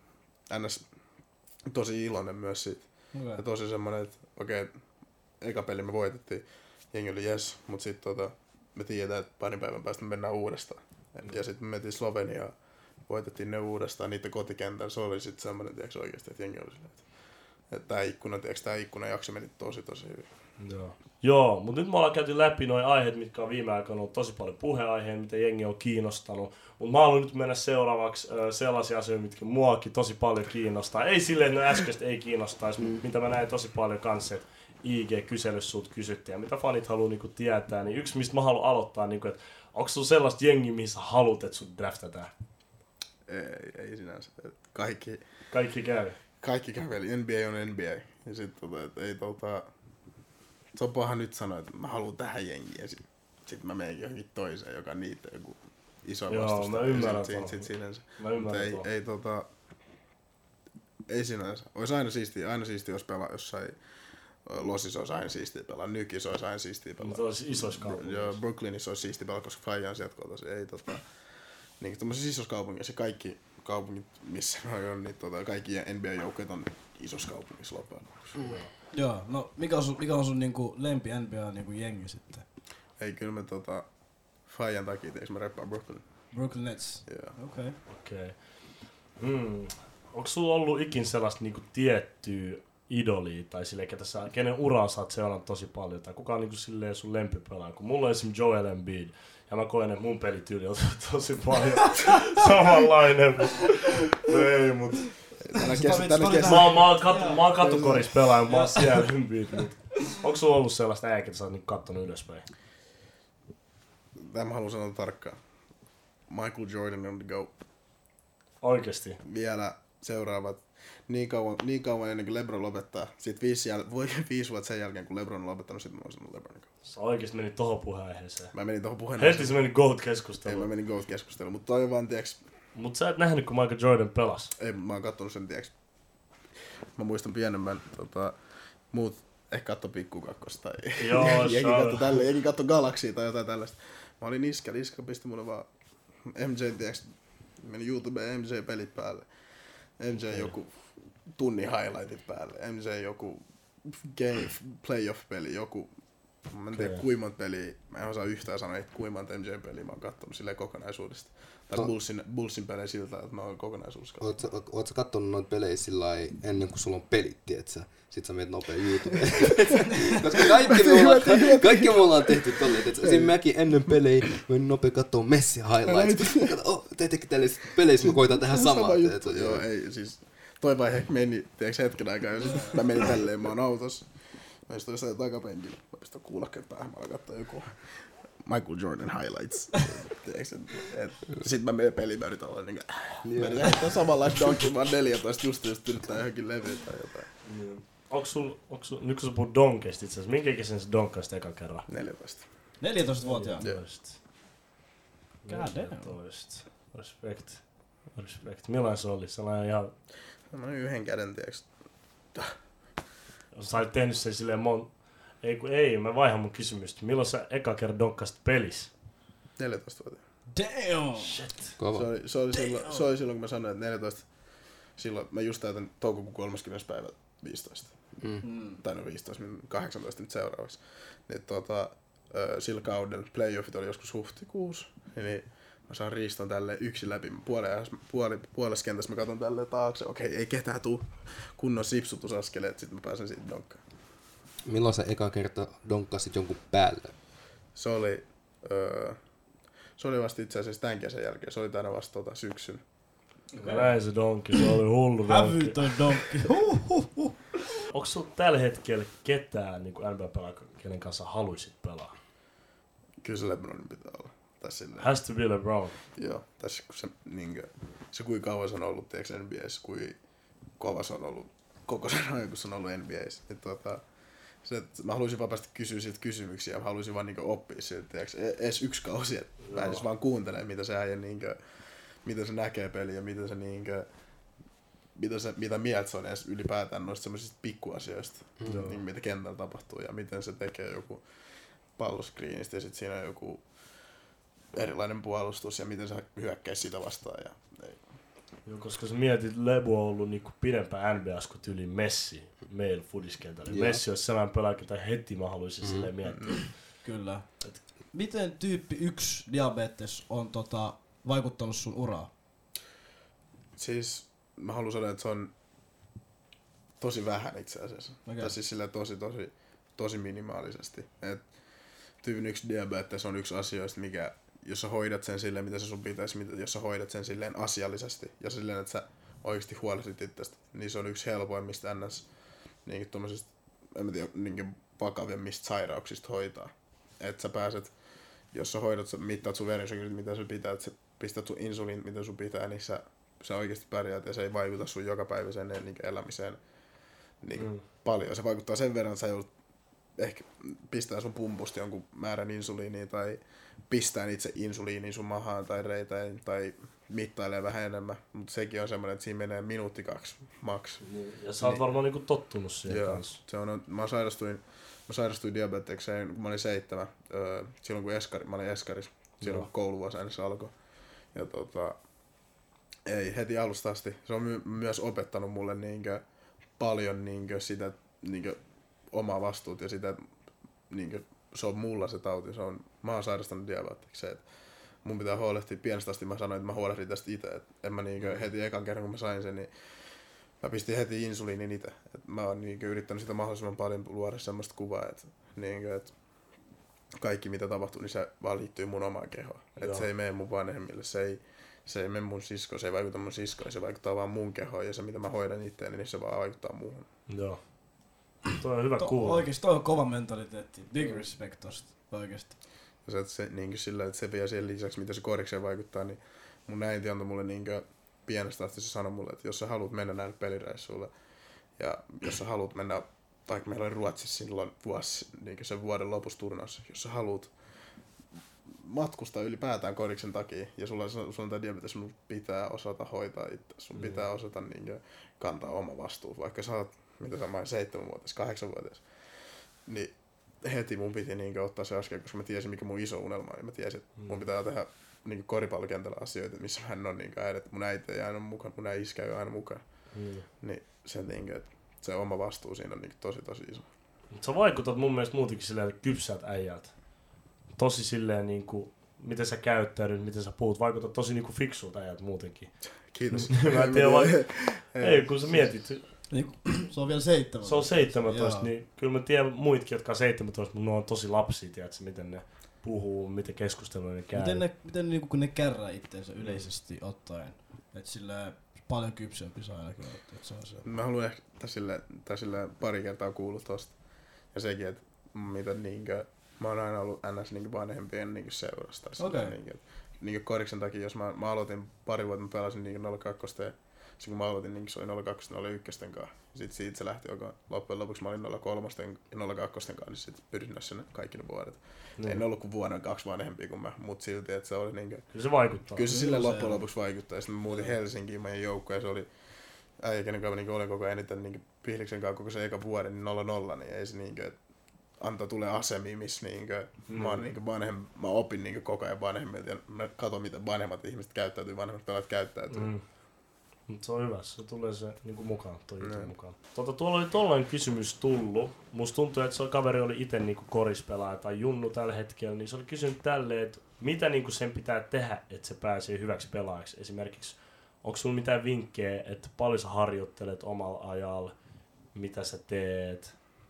tosi iloinen myös siitä. Okay. Ja tosi semmoinen, että okei, eka peli me voitettiin, jengi oli jes, mutta sitten me tiedetään, että parin päivän päästä me mennään uudestaan. Ja sitten me mentiin Sloveniaan, voitettiin ne uudestaan, niiden kotikentällä, se oli sitten semmoinen, tiiäks oikeesti, että jengi oli silleen, että tää ikkuna jakso meni tosi hyvin. Joo, mutta nyt me ollaan käyty läpi nuo aiheet, mitkä on viime aikoina ollut tosi paljon puheaiheita, mitä jengi on kiinnostanut. Mutta mä haluan nyt mennä seuraavaksi sellaisia asioita, mitkä muakin tosi paljon kiinnostaa. Ei silleen, että no äskeistä ei kiinnostaisi, mutta mitä mä näin tosi paljon kanssa, että IG-kyselyssä sulta kysyttiin ja mitä fanit haluaa niinku tietää. Niin yksi, mistä mä haluan aloittaa, niinku, että onko sulla sellaista jengiä, mihin sä haluat, että sut draftataan? Ei sinänsä. Kaikki käy. Kaikki käveli. NBA on NBA. Ja sit se on paha nyt sanoa, että mä haluan tähän jengiin ja sit mä menenkin johonkin toiseen, joka on niitä joku iso vastusta. Joo, mä ymmärrän sit sinänsä. Mä ymmärrän ei sinänsä. Ois aina siistiä jos pelaa jossain Losissa olisi aina siistiä pelaa, Nykissä olisi aina siistiä pelaa. Mutta olisi isoissa kaupungissa. Joo, Brooklynissa olisi siistiä pelaa, koska Faija on sieltä kotoisin. Ei niin tämmöisissä isoissa kaupungissa kaikki kaupungit, missä on, niin kaikki NBA-joukkueet on isossa kaupungissa loppujen lopuksi. Joo, no mikä on sun niinku lempi NBA niinku jengi sitten? Ei, kyllä me Faijan takia, eikö mä reppaan Brooklyn? Brooklyn Nets? Joo. Okei. Onko sulla ollut ikin sellaista niinku tiettyä idolia tai silleen, kenen uraa sä oot seurannut tosi paljon, tai kuka on niinku silleen sun lempipelaaja? Kun mulla on esimerkiksi Joel Embiid, ja mä koen, että mun pelityyli on tosi paljon samanlainen, ei mut. Mä oon katukoris pelaaja, mä oon siellä Embiid, mut. Onko sulla ollut sellaista äijää, että sä oot niinku kattonut ylöspäin? Tämä mä haluan sanoa tarkkaan. Michael Jordan on the GOAT. Oikeesti? Vielä seuraavat niin kauan ennen kuin LeBron lopettaa. Sitten 5 vuotta sen jälkeen, kun LeBron on lopettanut, sitten mä oon sanonut LeBronin kanssa. Sä oikeesti menit tohon puheenaiheeseen. Mä menin tohon puheenaiheeseen. Heti se meni GOAT-keskusteluun. Ei, mä menin GOAT-keskusteluun, mutta toi on vaan, tiiäks... Mut sä et nähnyt, kun Michael Jordan pelasi. Ei, mä oon kattonut sen, tiiäks... Mä muistan pienemmän, muut ehkä katto Pikku Kakkosta tai... Joo, jengi katto Galaxia tai jotain tällaista. Mä olin Iska pisti mulle vaan MJ, tiiäks... Meni YouTubeen MJ-pelit päälle. MJ joku tunnin highlightit päälle. MJ joku playoff-peli, joku... Mä en tiedä kuinka monta peliä, mä en osaa yhtään sanoa, että kuinka monta MJ-peliä mä oon kattonut silleen kokonaisuudesta. Tai Bullsin pelejä siltä, että mä oon kokonaisuudessa kattonut. Oot sä kattonut noita pelejä sillai ennen kuin sulla on pelit, tietsä? Sit sä meet nopea YouTubeen. Koska kaikki me ollaan tehty tolleen, että siinä mäkin ennen pelejä menin nopea kattoo Messi highlights. Teettekö tällaisissa peleissä mä koitan tehdä samaa. Joo, ei siis. Toi vaihe meni, tiedätkö hetken aikaa, ja sit mä menin tälleen, mä oon autossa. Mä istuin jossain takapenkillä, mä pistän kuulokkeet päähän, mä alan katsoa joku Michael Jordan highlights. Sit mä menen peliin, mä yritän olla niinku... Mä yritän heittää samanlaista donkia, mä oon 14 just yrittää johonkin levyä tai jotain. Onks sul, nyt kun sä puhut donkeista itse asiassa, minkä ikäisen sä donkkasit ekan kerran? 14. 14-vuotiaan? God damn. Respect. Millainen se oli? Sellainen ihan... Mä olin yhden käden, tiiäks. Sä olit tehnyt sen silleen Ei, mä vaihan mun kysymystä. Milloin sä eka kerran donkkasit pelissä? 14-vuotiaan. Damn! Shit. Kova. Se oli silloin, kun mä sanoin, että 14. Silloin mä just täytän toukokuun 30. päivä 15. Tai no 15, 18 nyt seuraavaksi. Niin sillä kaudella playoffit oli joskus huhtikuussa. Niin mä saan riiston tälleen yksin läpi. Puolessa kentässä mä katon tälleen taakse. Okei, ei ketään tuu kunnon sipsutusaskeleet. Sitten mä pääsen siitä donkkaan. Milloin sä eka kerta donkkasit jonkun päälle? Se oli vasta itse asiassa tämän kesän jälkeen. Se oli tänä vasta syksyn. Näin se donkki, se oli hullu donkki. Hävytön donkki. Onko sulla tällä hetkellä ketään niin NBA-pelaa, kenen kanssa haluisit pelaa? Kyllä se LeBronin pitää olla. Has to be LeBron. Joo, tässä kun se kuinka kauan se on ollut NBA:ssä, kuinka kova se on ollut koko sen ajan, kun se on ollut NBA:ssä. Mä haluaisin vapaasti kysyä siltä kysymyksiä ja mä haluaisin vaan oppia siltä, edes yksi kausi, että pääsis vaan kuuntelemaan, mitä se äijä, mitä se näkee peliä ja mitä mieltä se on edes ylipäätään noista semmoisista pikkuasioista, mitä kentällä tapahtuu ja miten se tekee joku palloskriinistä ja sitten siinä on joku erilainen puolustus ja miten se hyökkäisi sitä vastaan. Joo, koska sä mietit, Lebu on ollut niinku pidempään NBA:ssa kuin tyyliin Messi meillä fudiskentällä. Messi olisi sellainen pelaaja, jota heti mä haluaisin silleen miettiä. Kyllä. Miten tyyppi 1 diabetes on vaikuttanut sun uraa? Siis mä haluan sanoa, että se on tosi vähän itse asiassa. Okay. Tai siis sillä tosi minimaalisesti. Et tyypin 1 diabetes on yksi asioista, mikä jos sä hoidat sen silleen, mitä se sun pitäisi, jos sä hoidat sen silleen asiallisesti ja silleen, että sä oikeasti huolehdit itsestä, niin se on yksi helpoimmista ns. Niin tommosista, en tiedä, niin vakavimmista sairauksista hoitaa. Että sä pääset, jos sä hoidat, sä mittaat sun verensokerit, mitä sun pitää, että sä pistät sun insuliin, mitä sun pitää, niin sä oikeasti pärjäät ja se ei vaikuta sun jokapäiväiseen niin elämiseen niin paljon. Se vaikuttaa sen verran, että sä joudut ehkä pistää sun pumpusta jonkun määrän insuliinia tai pistää itse insuliiniin sun mahaan tai reiteen tai mittailee vähän enemmän, mutta sekin on semmoinen, että siinä menee minuutti 2 maks. Ja sä oot varmaan niinku tottunut siihen kanssa. Se on, mä sairastuin diabetekseen, kun mä olin 7, silloin kun mä olin eskaris, silloin kun kouluvuosi aina alkoi. Ja ei heti alusta asti. Se on myös opettanut mulle paljon sitä omaa vastuuta ja sitä, se on mulla se tauti. Mä oon sairastanut diabetekseen. Mun pitää huolehtia pienestä asti. Mä sanoin, että mä huolehdin tästä itse. En mä heti ekan kerran, kun mä sain sen, niin mä pistin heti insuliinin itse. Mä oon niin yrittänyt sitä mahdollisimman paljon luoda semmoista kuvaa, että kaikki mitä tapahtuu, niin se vaan liittyy mun omaan kehoon. Että se ei mene mun vanhemmille, se ei mene mun siskoon, se ei vaikuta mun siskoon, se vaikuttaa vaan mun kehoon ja se mitä mä hoidan itteeni, niin se vaan vaikuttaa muuhun. Joo. Toi on hyvä kuulla. Oikeesti toi on kova mentaliteetti. Big respect tosta. Oikeesti. Ja se niin sillä, että se vielä sen lisäksi, mitä se korikseen vaikuttaa, niin mun äiti antoi mulle niin pienestä asti se sanoi mulle, että jos sä haluat mennä näille pelireissuille ja jos sä haluat mennä, vaikka meillä oli Ruotsissa silloin vuosi, niin sen vuoden lopussa turnaus, jos sä haluat matkustaa ylipäätään koriksen takia ja sulla on tämä diabetes, sun pitää osata hoitaa itse, sun pitää osata niin kantaa oma vastuu, vaikka sä oot, mitä sä main 7-vuotias, 8-vuotias, niin heti mun piti niin ottaa se askel, koska mä tiesin mikä mun iso unelma on ja mä tiesin, että mun pitää tehdä niin koripallokentällä asioita, missä hän on niin äidit, mun äiti ei aina mukaan, mun iskä ei aina mukaan, niin se, niin, se oma vastuu siinä on niin tosi iso. Sä vaikutat mun mielestä muutenkin silleen kypsältä äijältä. Tosi silleen niinku, miten sä käyttäydyt, miten sä puhut, vaikutat tosi niinku fiksulta äijältä muutenkin. Kiitos. Mä en tiedä ei, kun sä mietit. Se on vielä 17. Se on 17, niin kyllä mä tiedän muitkin, jotka on 17, mutta ne on tosi lapsia, tiedätkö, miten ne puhuu, miten keskusteluja ne käy. Miten niinku, kun ne kärrää itteensä yleisesti ottaen, että sillä paljon kypsempi saa ainakin olla, että se on se. Mä haluan ehkä sillä pari kertaa kuullut tosta. Ja sekin, että mitä niinkö, mä oon aina ollut ns. Niinku vanhempien niinku seurasta. Okay. Niinku koriksen takia, jos mä aloitin pari vuotta, mä pelasin niinku 02 ja sitten kun mä aloitin, niin se oli 02 ja 01 kanssa. Sitten siitä se lähti, joka loppujen lopuksi mä olin 03 ja 02 kanssa, niin sitten pyrin sinne kaikki ne vuodet. En ollut kuin vuoden 2 vanhempia kuin mä, mutta silti, että se oli niinkö... Kyllä se vaikuttaa. Kyllä se silleen loppujen lopuksi vaikuttaa. Ja sitten mä muutin Helsinkiin meidän joukkoon ja se oli äijä, kenen kanssa niin olin koko ajan eniten niin Pihliksen kanssa koko se eka vuoden, niin 0-0, niin ei se niinkö... Antaa tulee asemia, missä niinkö, mä opin niinkö koko ajan vanhemmilta ja mä katon, miten vanhemmat ihmiset käyttäytyy, vanhemmat pelaat käyttäytyy. Se on hyvä, se tulee se niinku mukaan, mukaan. Tuolla oli tollainen kysymys tullut. Musta tuntuu, että se kaveri oli itse niinku korispelaaja tai junnu tällä hetkellä, niin se oli kysynyt tälleen, että mitä niinku sen pitää tehdä, että se pääsee hyväksi pelaajaksi. Esimerkiksi, onko sulla mitään vinkkejä, että paljon sä harjoittelet omalla ajalla, mitä sä teet?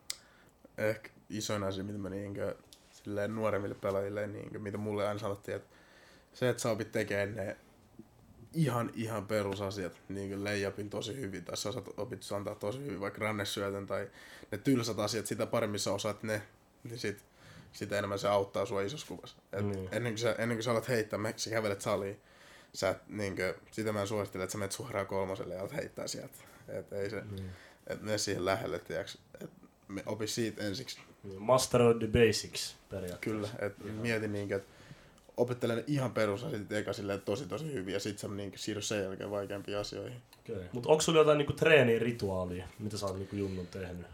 Ehkä isoin asia, mitä mä niinkö, silleen nuoremmille pelaajille, niinkö, mitä mulle aina sanottiin, että se, että sä opit tekemään ne ihan perusasiat, niin kuin layupin tosi hyvin, tai sä opit antaa tosi hyvin, vaikka rannesyötön tai ne tylsät asiat, sitä paremmin sä osaat ne, niin sitä enemmän se auttaa sua isossa kuvassa. Ennen kuin sä alat heittää, sä kävelet saliin, sitä mä en suosittele, että sä menet suoraan kolmoselle ja alat heittää sieltä. Ei se, et mene siihen lähelle, tiiäks, me opi siitä ensiksi. Master of the basics periaatteessa. Kyllä, mietin niinkö, että opettelen ihan perusasiat eka silleen tosi hyvin ja sit sä niinku siirry sen jälkeen vaikeampiin asioihin. Okay. Mut onko sulla jotain niinku treenirituaalia, mitä sä oot niinku junnun tehnyt?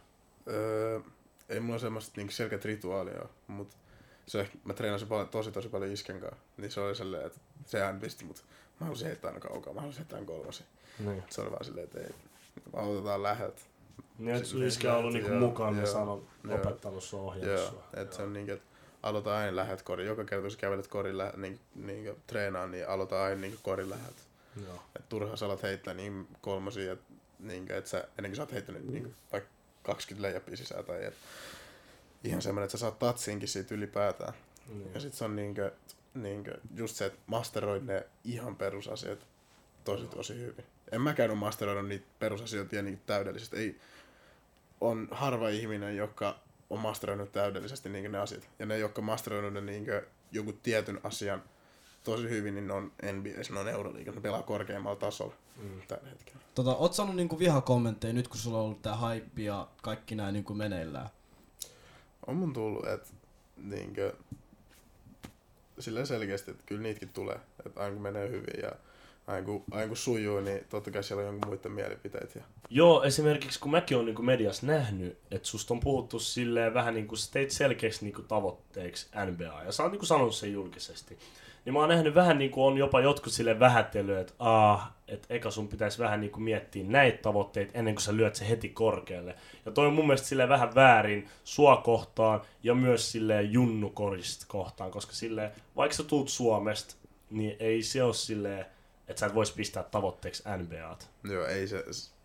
Ei mulla semmoista niinku selkeät rituaalia oo, mut se ehkä, mä treenasin tosi paljon isken kanssa, niin se oli silleen, että se aina pisti mut mä halusin heittää aina kaukaa, mä halusin heittää aina kolmosia. Niin. Se oli vaan silleen, että ei, aloitetaan läheltä. Niin, et sun iskä on ollut niinku mukaan ja opettanut sua, ohjannut sua. Et se on niinku, että aloita aina läheltä korin. Joka kerta kun sä kävelet korin niin treenaan, niin aloita aina niin korin läheltä. Et turhaan sä alat heittää niin kolmosia, että sä ennen kuin sä oot heittänyt niin vaikka 20 layupia sisään. Tai ihan semmoinen, että sä saat tatsinkin siitä ylipäätään. Ja sit se on just se, että masteroit ne ihan perusasiat tosi hyvin. En mäkään ole masteroinut niitä perusasioita ja niin täydellisesti. Ei, on harva ihminen, joka on masteroinut täydellisesti ne asiat. Ja ne, jotka on masteroinut ne joku tietyn asian tosi hyvin, niin ne on NBA:ssä, ne on Euroliigassa, ne pelaa korkeammalla tasolla tällä hetkellä. Oot saanut niinku vihakommentteja nyt, kun sulla on ollut tää hype ja kaikki nää niinku meneillään? On mun tullut, että silleen selkeästi, että kyllä niitäkin tulee. Että aina kun menee hyvin ja aina kun sujuu, niin totta kai siellä on jonkun muiden mielipiteitä. Joo, esimerkiksi kun mäkin olen niin mediassa nähnyt, että susta on puhuttu silleen vähän niin kuin sä teit selkeäksi niin kuin tavoitteeksi NBA, ja sä oot niin kuin sanonut sen julkisesti. Niin mä oon nähnyt vähän niin kuin on jopa jotkut silleen vähättelyä, että eka sun pitäisi vähän niin kuin miettiä näitä tavoitteita ennen kuin sä lyöt se heti korkealle. Ja toi on mun mielestä silleen vähän väärin sua kohtaan ja myös silleen junnukorista kohtaan, koska silleen, vaikka sä tuut Suomesta, niin ei se ole silleen, että sä et vois pistää tavoitteeksi NBA:ta. Joo, ei se,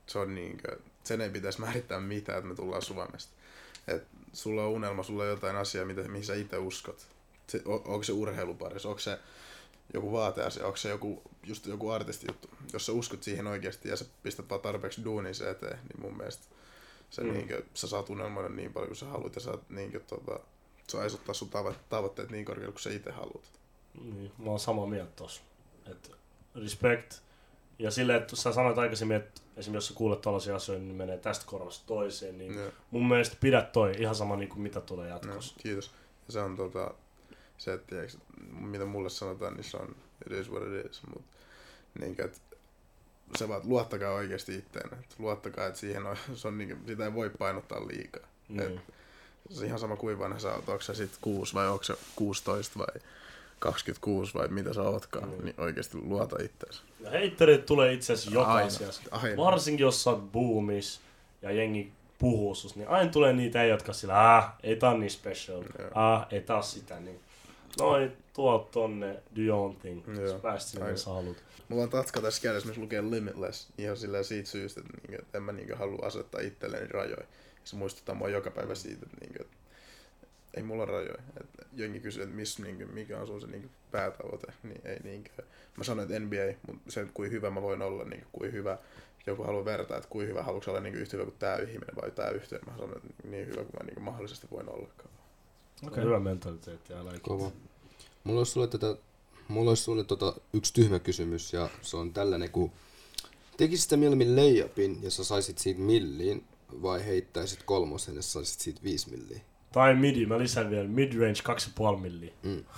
se on niinkö, sen ei pitäisi määrittää mitään, että me tullaan Suomesta. Et sulla on unelma, sulla on jotain asiaa, mihin sä itse uskot. Onko se urheiluparis, onko se joku vaateasia, onko se joku artistijuttu. Jos sä uskot siihen oikeasti ja sä pistät vaan tarpeeksi duunia se eteen, niin mun mielestä se niinkö, sä saat unelmoida niin paljon kuin sä haluat ja saat niinkö se aisuttaa sun tavoitteet niin korkealle kuin sä itse haluat. Niin, mä oon samaa mieltä tossa. Et respect. Ja silleen, että sä sanoit aikaisemmin, että esimerkiksi jos sä kuulet tollaisia asioita, niin menee tästä korvasta toiseen, niin mun mielestä pidä toi ihan sama niin kuin mitä tulee jatkossa. No, kiitos. Ja se on se, että mitä mulle sanotaan, niin se on it is what it is. Mut, niin, että se vaan luottakaa oikeasti itteen. Et luottakaa, että siihen on, se on niin, sitä ei voi painottaa liikaa. Se on ihan sama kuin vanha sä oot, onko sä sit 6 vai onko sä 16 vai 26 vai mitä sä ootkaan, niin oikeasti luota itteensä. Ja heitterit tulee itse asiassa joka asiassa. Aina. Varsinkin jos sä oot boomis ja jengi puhuu sus, niin aina tulee niitä, jotka sillä, ei tää on niin special, ei tää on sitä, niin noin, tuo tonne, do your own thing, sä pääst sinne, jos sä haluut. Mulla on tatska tässä kädessä, missä lukee Limitless, ihan sillä siitä syystä, että en mä halua asettaa itselleni rajoja. Se muistuttaa mua joka päivä siitä, että ei mulla rajoja. Jengi kysyy, että mikä on sun se päätavoite, niin ei niinkään. Mä sanoin, että NBA, mutta se, kuin hyvä mä voin olla, kuin hyvä joku haluaa vertaa, että kuin hyvä haluatko olla yhtä hyvä kuin tää ihminen vai tää yhteen. Mä sanon, että niin hyvä kuin mä mahdollisesti voin ollakaan. Okay. Hyvä mentaliteetti, ja kova. Mulla olisi sulle yksi tyhmä kysymys, ja se on tällainen, kun tekisit sä mieluummin layupin, ja sä saisit siitä milliin, vai heittäisit kolmosen, ja saisit siitä 5 milliä? Tai midi, mä lisään vielä midrange 2,5 milliä.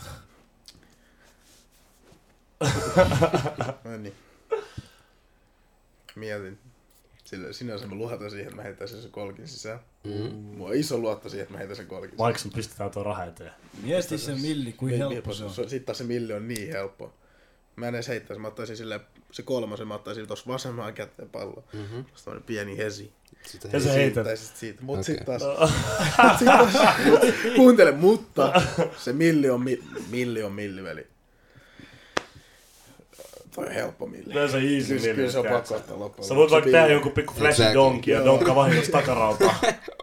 No niin. Mietin. Sinänsä mä luotan siihen, että mä heittäisin sen kolkin sisään. Mulla on iso luotto siihen, että mä heittäisin sen kolkin sisään. Vaikka sun pistetään tuon raha eteen. Mieti se milli, kuin helppo se on. Sitten taas se milli on niin helppo. Mä en edes heittäisi, mä ottaisin se kolmosen, mä ottaisin tossa vasemmalla käteen pallo. Sitten pieni hesi. Ja sä heität. Siitä. Mut sit taas. Kuuntele, mutta se milli on milli, veli. Toi on helppo milli. Tää on se easy milli. Kyllä se on pakko ottaa loppuun. Sä voit vaikka tehdä jonkun pikku flashi donki ja donkkaa vahingossa takarautaa.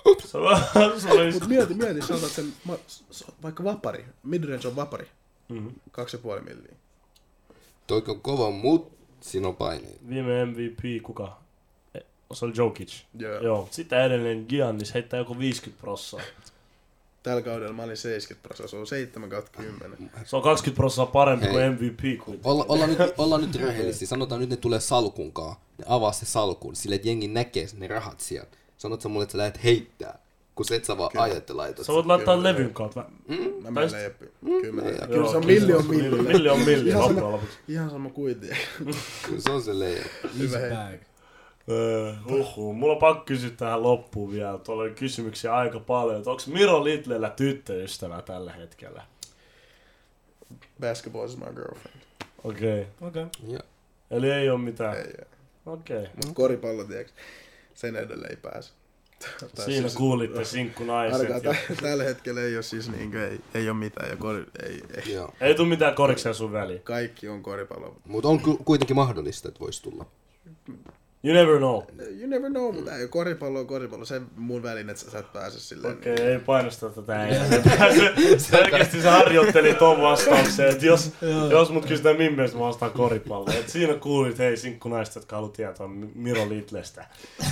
Mut mieti, sanotaan sen, vaikka vapari. Midrange on vapari. 2,5 milliä. Toi on kova, mut siinä on paineita. Viime MVP, kuka? Se oli Jokic. Yeah. Joo. Sitten edelleen Giannis heittää joku 50%. Tällä kaudella mä olin 70%, se on 7/10. Se on 20% parempi kuin MVP kuitenkin. Ollaan nyt rehellisiä. Sanotaan nyt ne tulee salkunkaan. Ne avaa se salkun silleen, että jengi näkee ne rahat sieltä. Sanot sä mulle, että sä lähdet heittää. Kun sä et sä vaan ajat ja laitat. Sä voit laittaa levyn kautta. Mä menen leipiin. Kyllä se on milli. Ihan sama kuitenkin. Kyllä se on se leija. Hyvä hei. Mulla on pakko kysyä tähän loppuun vielä. Tuolla oli kysymyksiä aika paljon. Onko Miro Littlellä tyttöystävä tällä hetkellä? Basketball is my girlfriend. Okei. Yeah. Eli ei oo mitään? Ei. Okei. Mut koripallo, tiiäks, sen edelle ei pääse. Siinä kuulitte sinkkunaiset. Tällä hetkellä ei oo siis ei oo mitään ja ei. Ei tuu mitään koriksia sun väliin. Kaikki on koripallo. Mut on kuitenkin mahdollista, että vois tulla. You never know. You never know, mutta koripallo on koripallo. Se mun väline, että sä et pääse silleen. Okei, ei painosta tätä. Selkeästi se harjoitteli ton vastauksen, että jos mut kysytään mielestä mä vastaan koripalloa. Et siinä kuulit, hei sinkkunaiset, jotka haluaa tietoa Miro Littlestä.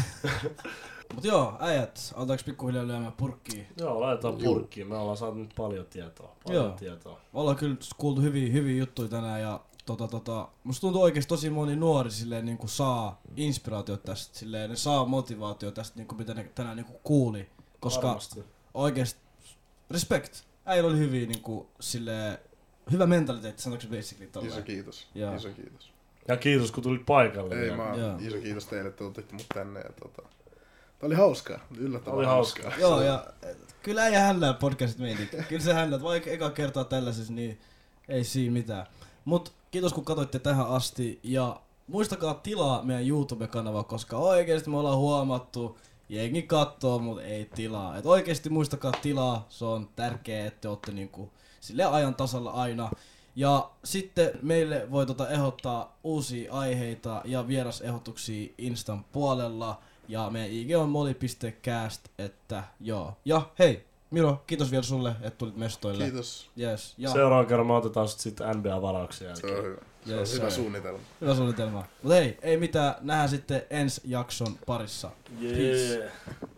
Mut joo, äijät, otetaanko pikkuhiljaa lyömään purkkiin? Joo, laitetaan purkkiin. Me ollaan saatu nyt paljon tietoa. Ollaan kyllä kuultu hyviä juttuja tänään ja musta tuntuu oikeesti tosi moni nuori silleen niinku saa inspiraatio tästä, silleen ne saa motivaatio tästä niinku mitä ne tänään niinku kuuli, koska varmasti. Oikeesti respect. Äijillä oli hyviä niinku silleen hyvä mentaliteetti, sanotaanko basically tolleen. Iso kiitos. Ja kiitos kun tulit paikalle. Iso kiitos teille, että otitte mut tänne ja tää oli hauskaa, yllättävän hauskaa. Joo ja kyllä äijä hällää podcastit meininki. Kyllä se hällää, vaikka eka kertaa tällaisessa niin ei siinä mitään. Mut kiitos kun katsoitte tähän asti ja muistakaa tilaa meidän YouTube-kanavaa, koska oikeesti me ollaan huomattu, jengi kattoo, mut ei tilaa. Et oikeesti muistakaa tilaa, se on tärkeää, että te ootte niinku silleen ajan tasalla aina. Ja sitten meille voi ehdottaa uusia aiheita ja vierasehdotuksia Instan puolella. Ja meidän IG on moli.cast, että joo. Ja hei, Miro, kiitos vielä sulle, että tulit mestoille. Kiitos. Yes, ja Seuraavan kerran me otetaan sitten NBA-varauksia Se jälkeen. on hyvä. Se Yes, on hyvä sir. suunnitelma. Hyvä suunnitelma. Mut hei, ei mitään, nähdään sitten ensi jakson parissa. Peace. Yeah.